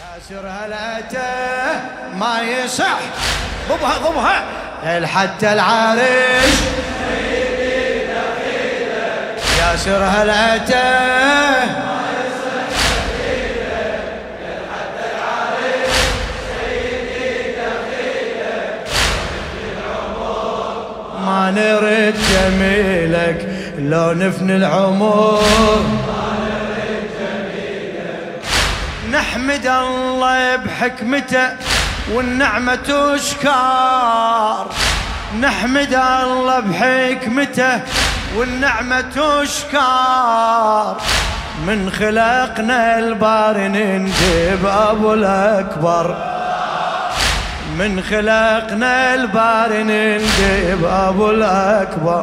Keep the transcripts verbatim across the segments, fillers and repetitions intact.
ياسر هلاته ما يصح ضبها ضبها حتى العريش ياسر هلاته ما يصح حتى العريش سيدي دخيلك ما نرد جميلك لو نفني العمر نحمد الله بحكمته والنعمة تشكر نحمد الله بحكمته والنعمة تشكر من خلقنا الباري نندب أبو الأكبر من خلقنا الباري نندب أبو الأكبر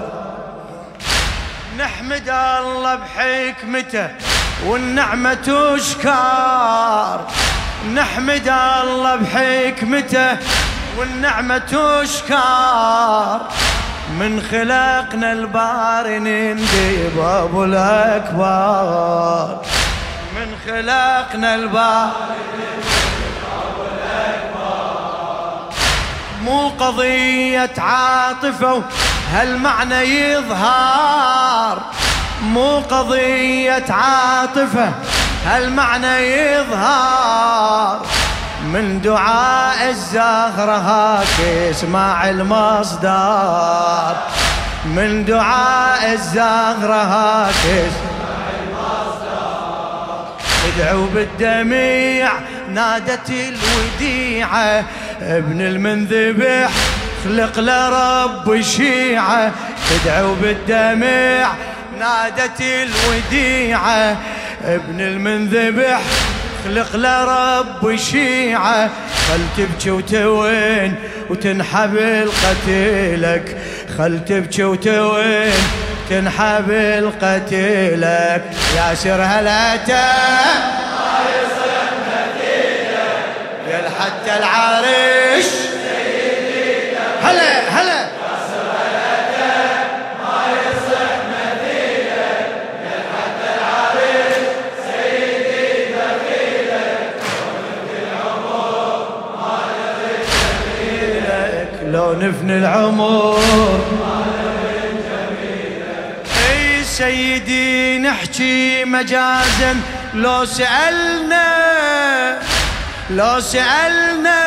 نحمد الله بحكمته والنعمة تشكر نحمد الله بحكمته والنعمة تشكر من خلقنا الباري نندب أبو الأكبر من خلقنا الباري نندب أبو الأكبر مو قضية عاطفة هالمعنى يظهر مو قضية عاطفة هالمعنى يظهر من دعاء الزهرة هاك اسمع المصدر من دعاء الزهرة هاك اسمع المصدر ادعوا بالدميع نادت الوديعة ابن المنذبح خلق لرب شيعة ادعوا بالدميع نادت الوديعة ابن المنذبح خلق لرب شيعة خل تبكي وتوين وتنحب قتيلك خل تبكي وتوين تنحب قتيلك ياسر هلاته ما يصح مثيلك يا حتى العريش هلا هلا لو نفني العمر اي سيدي نحكي مجازا لو سألنا لو سألنا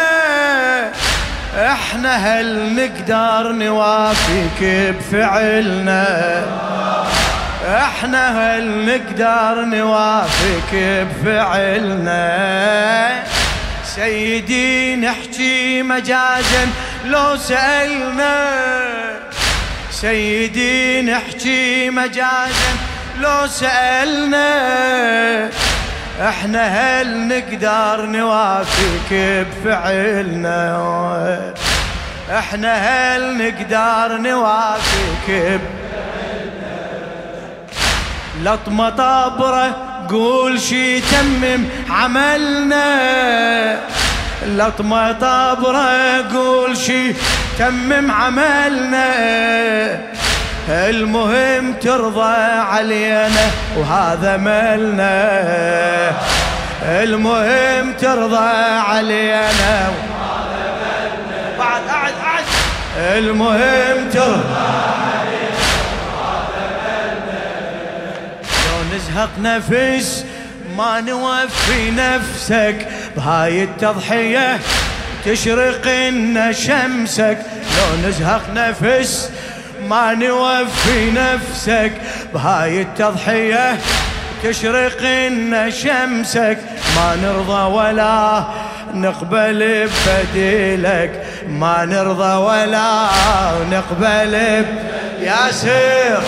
احنا هل نقدر نوافيك بفعلنا احنا هل نقدر نوافيك بفعلنا سيدي نحكي مجازا لو سألنا سيدي نحكي مجازا لو سألنا احنا هل نقدر نوافيك بفعلنا احنا هل نقدر نوافيك بفعلنا لطمة طبرة قول شي تمم عملنا لطمة طبرة قول شي تمم عملنا المهم ترضى علينا وهذا ملنا المهم ترضى علينا وهذا ملنا بعد قعد قعد المهم ترضى علينا وهذا ملنا لو نزهق نفس ما نوفي نفسك بهاي التضحية تشرق لنا شمسك لو نزهق نفس ما نوفي نفسك بهاي التضحية تشرق لنا شمسك ما نرضى ولا نقبل ببديلك ما نرضى ولا نقبل ياسر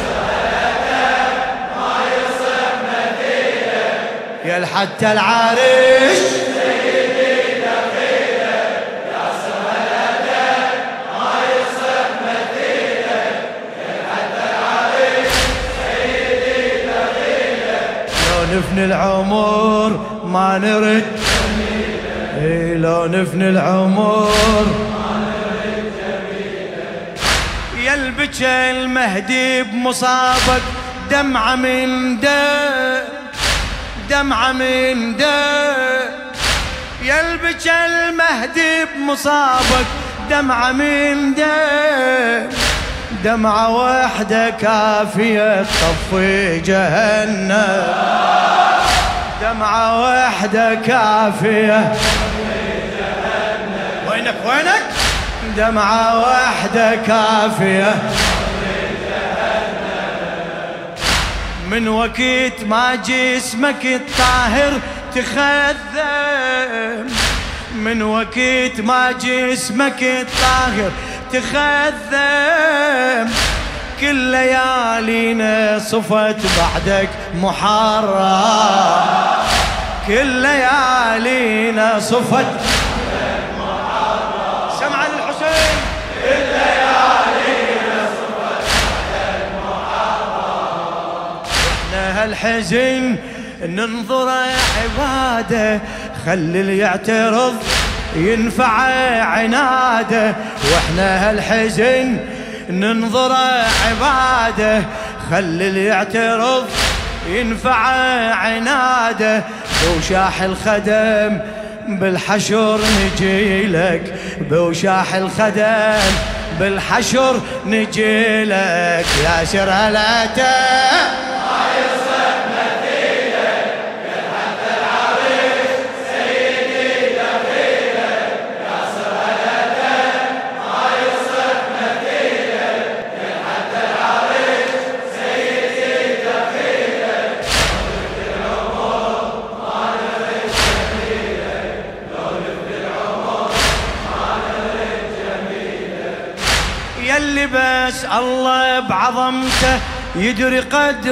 يا حتى العريش سيدي دخيلك ياسر هلاته ما يصح مثيلك يا حتى العريش سيدي دخيلك لو نفني العمر ما نرد جميلك لو نفني العمر ما نرد جميلك يلبك المهدي بمصابك دمعة من دم دمعة من دم بكى المهدي بمصابك دمعة من دم، دمعة واحدة كافية تطفي جهنم، دمعة واحدة كافية. وينك وينك؟ دمعة واحدة كافية. من وقت ما جسمك الطاهر تخذم، من وقت ما جسمك الطاهر تخذم، كل ليالينا صفت بعدك محرم، كل ليالينا صفت بعدك محرم. سمع للحسين. كل ليالينا صفت بعدك محرم. احنا هالحزن ننظر عباده، خلي اللي يعترض ينفع عناده، واحنا هالحزن ننظر عباده، خلي اللي يعترض ينفع عناده. بوشاح الخدم بالحشر نجيلك، بوشاح الخدم بالحشر نجيلك، يا سر هلاته يلي بس الله بعظمته يدري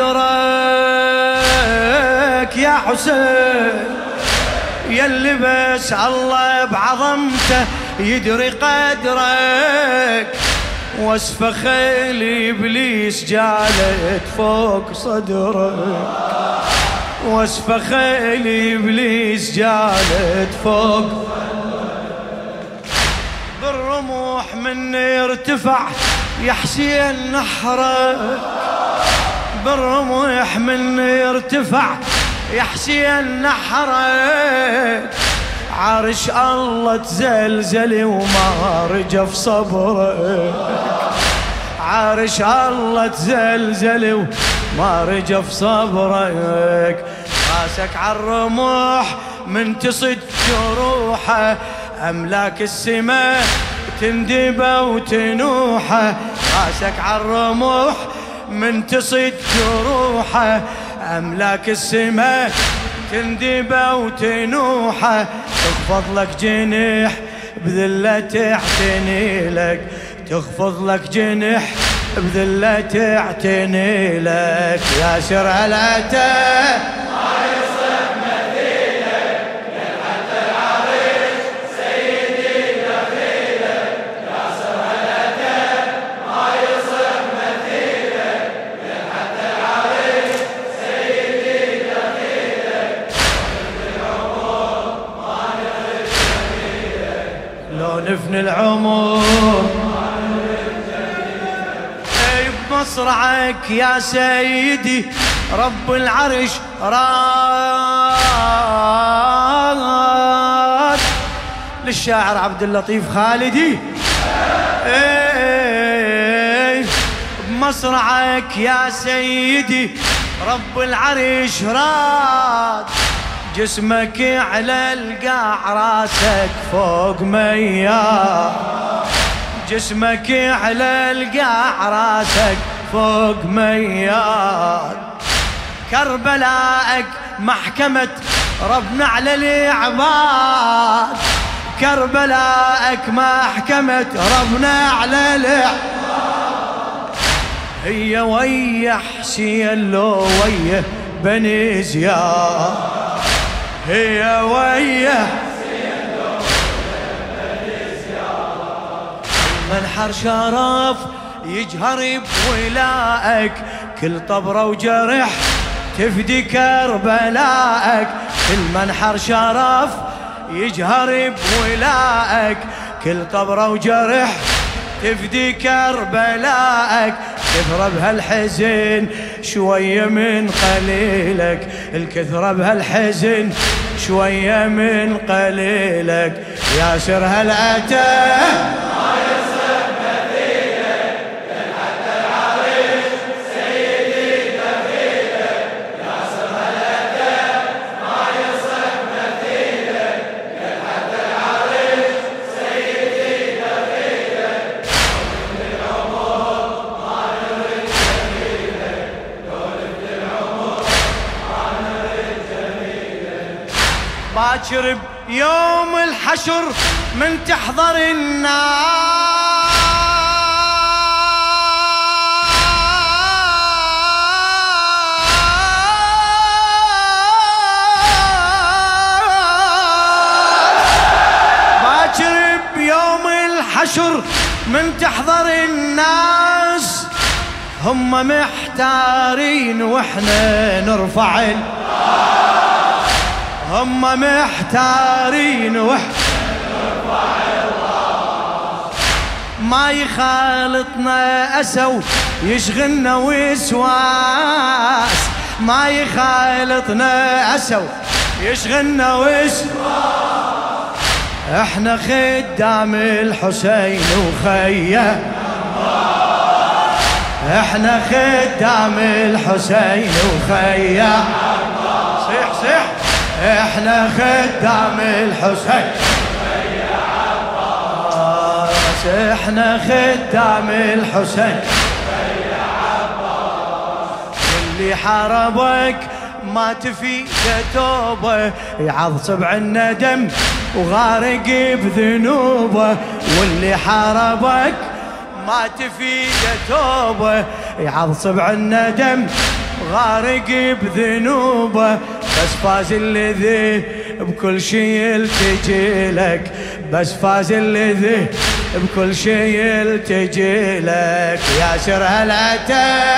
قدرك يا حسين، يلي بس الله بعظمته يدري قدرك، وصف خيل ابليس جالت فوق صدرك، وصف خيل ابليس جالت فوق بالرموح من يرتفع يا حسين نحرك، بالرموح من يرتفع يا حسين نحرك، عرش الله تزلزل وما رجف صبرك، عرش الله تزلزل وما رجف صبرك، راسك عالرموح من تصد جروحه، أملاك السماء تندبه وتنوحه، راسك عالرموح من تصد جروحه، أملاك السماء تندبه وتنوحه، تخفض لك جنح بذلة تعتني لك، تخفض لك جنح بذلة تعتني لك، يا سر هلاته نفني العمر اي بمصرعك يا سيدي رب العرش راد. للشاعر عبد اللطيف خالدي اي بمصرعك يا سيدي رب العرش راد، جسمك على القاع راسك فوق مياه، جسمك على القاع راسك فوق مياه، كربلاءك محكمة ربنا على العباد، كربلاءك محكمة ربنا على العباد، هي ويا حسين لو ويا بني زياد، هي ويا المنحر شرف يجهر بولائك، كل طبرة وجرح تفدي كربلائك، المنحر شرف يجهر بولائك، كل طبرة وجرح تفدي كربلائك، كثرة بهالحزن شوية من قليلك، الكثرة بهالحزن شوية من قليلك ياسر هل أتى ما يصح مثيلك ينحت العريش سيدي دخيلك ياسر هل أتى ما يصح مثيلك ينحت العريش سيدي دخيلك دولة العمر ما نريد جميلك دولة العمر ما نريد جميلك باكر يوم الحشر من تحضر الناس باكر بيوم الحشر من تحضر الناس هم محتارين واحنا نرفع ال هم محتارين واحنا نرفع الراس ما يخالطنا أسو يشغلنا وسواس ما يخالطنا أسو يشغلنا وسواس احنا خدام الحسين وخيه احنا خدام الحسين وخيه صيح صيح احنا خدام الحسين وخيه عباس احنا خدام الحسين وخيه عباس اللي حاربك ما تفيد توبه يعض عن الندم وغارق بذنوبه واللي حاربك ما تفيد توبه يعض عن الندم غارق بذنوبه بس فاز الذي بكل شي يلتجي لك بس فاز الذي بكل شي يلتجي لك ياسر هل أتى